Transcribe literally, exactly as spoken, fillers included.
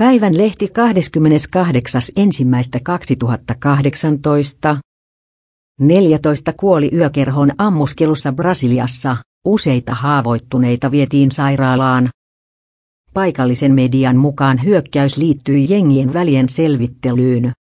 Päivän lehti kahdeskymmeneskahdeksas ensimmäistä kaksituhattakahdeksantoista. neljätoista kuoli yökerhon ammuskelussa Brasiliassa, useita haavoittuneita vietiin sairaalaan. Paikallisen median mukaan hyökkäys liittyi jengien välien selvittelyyn.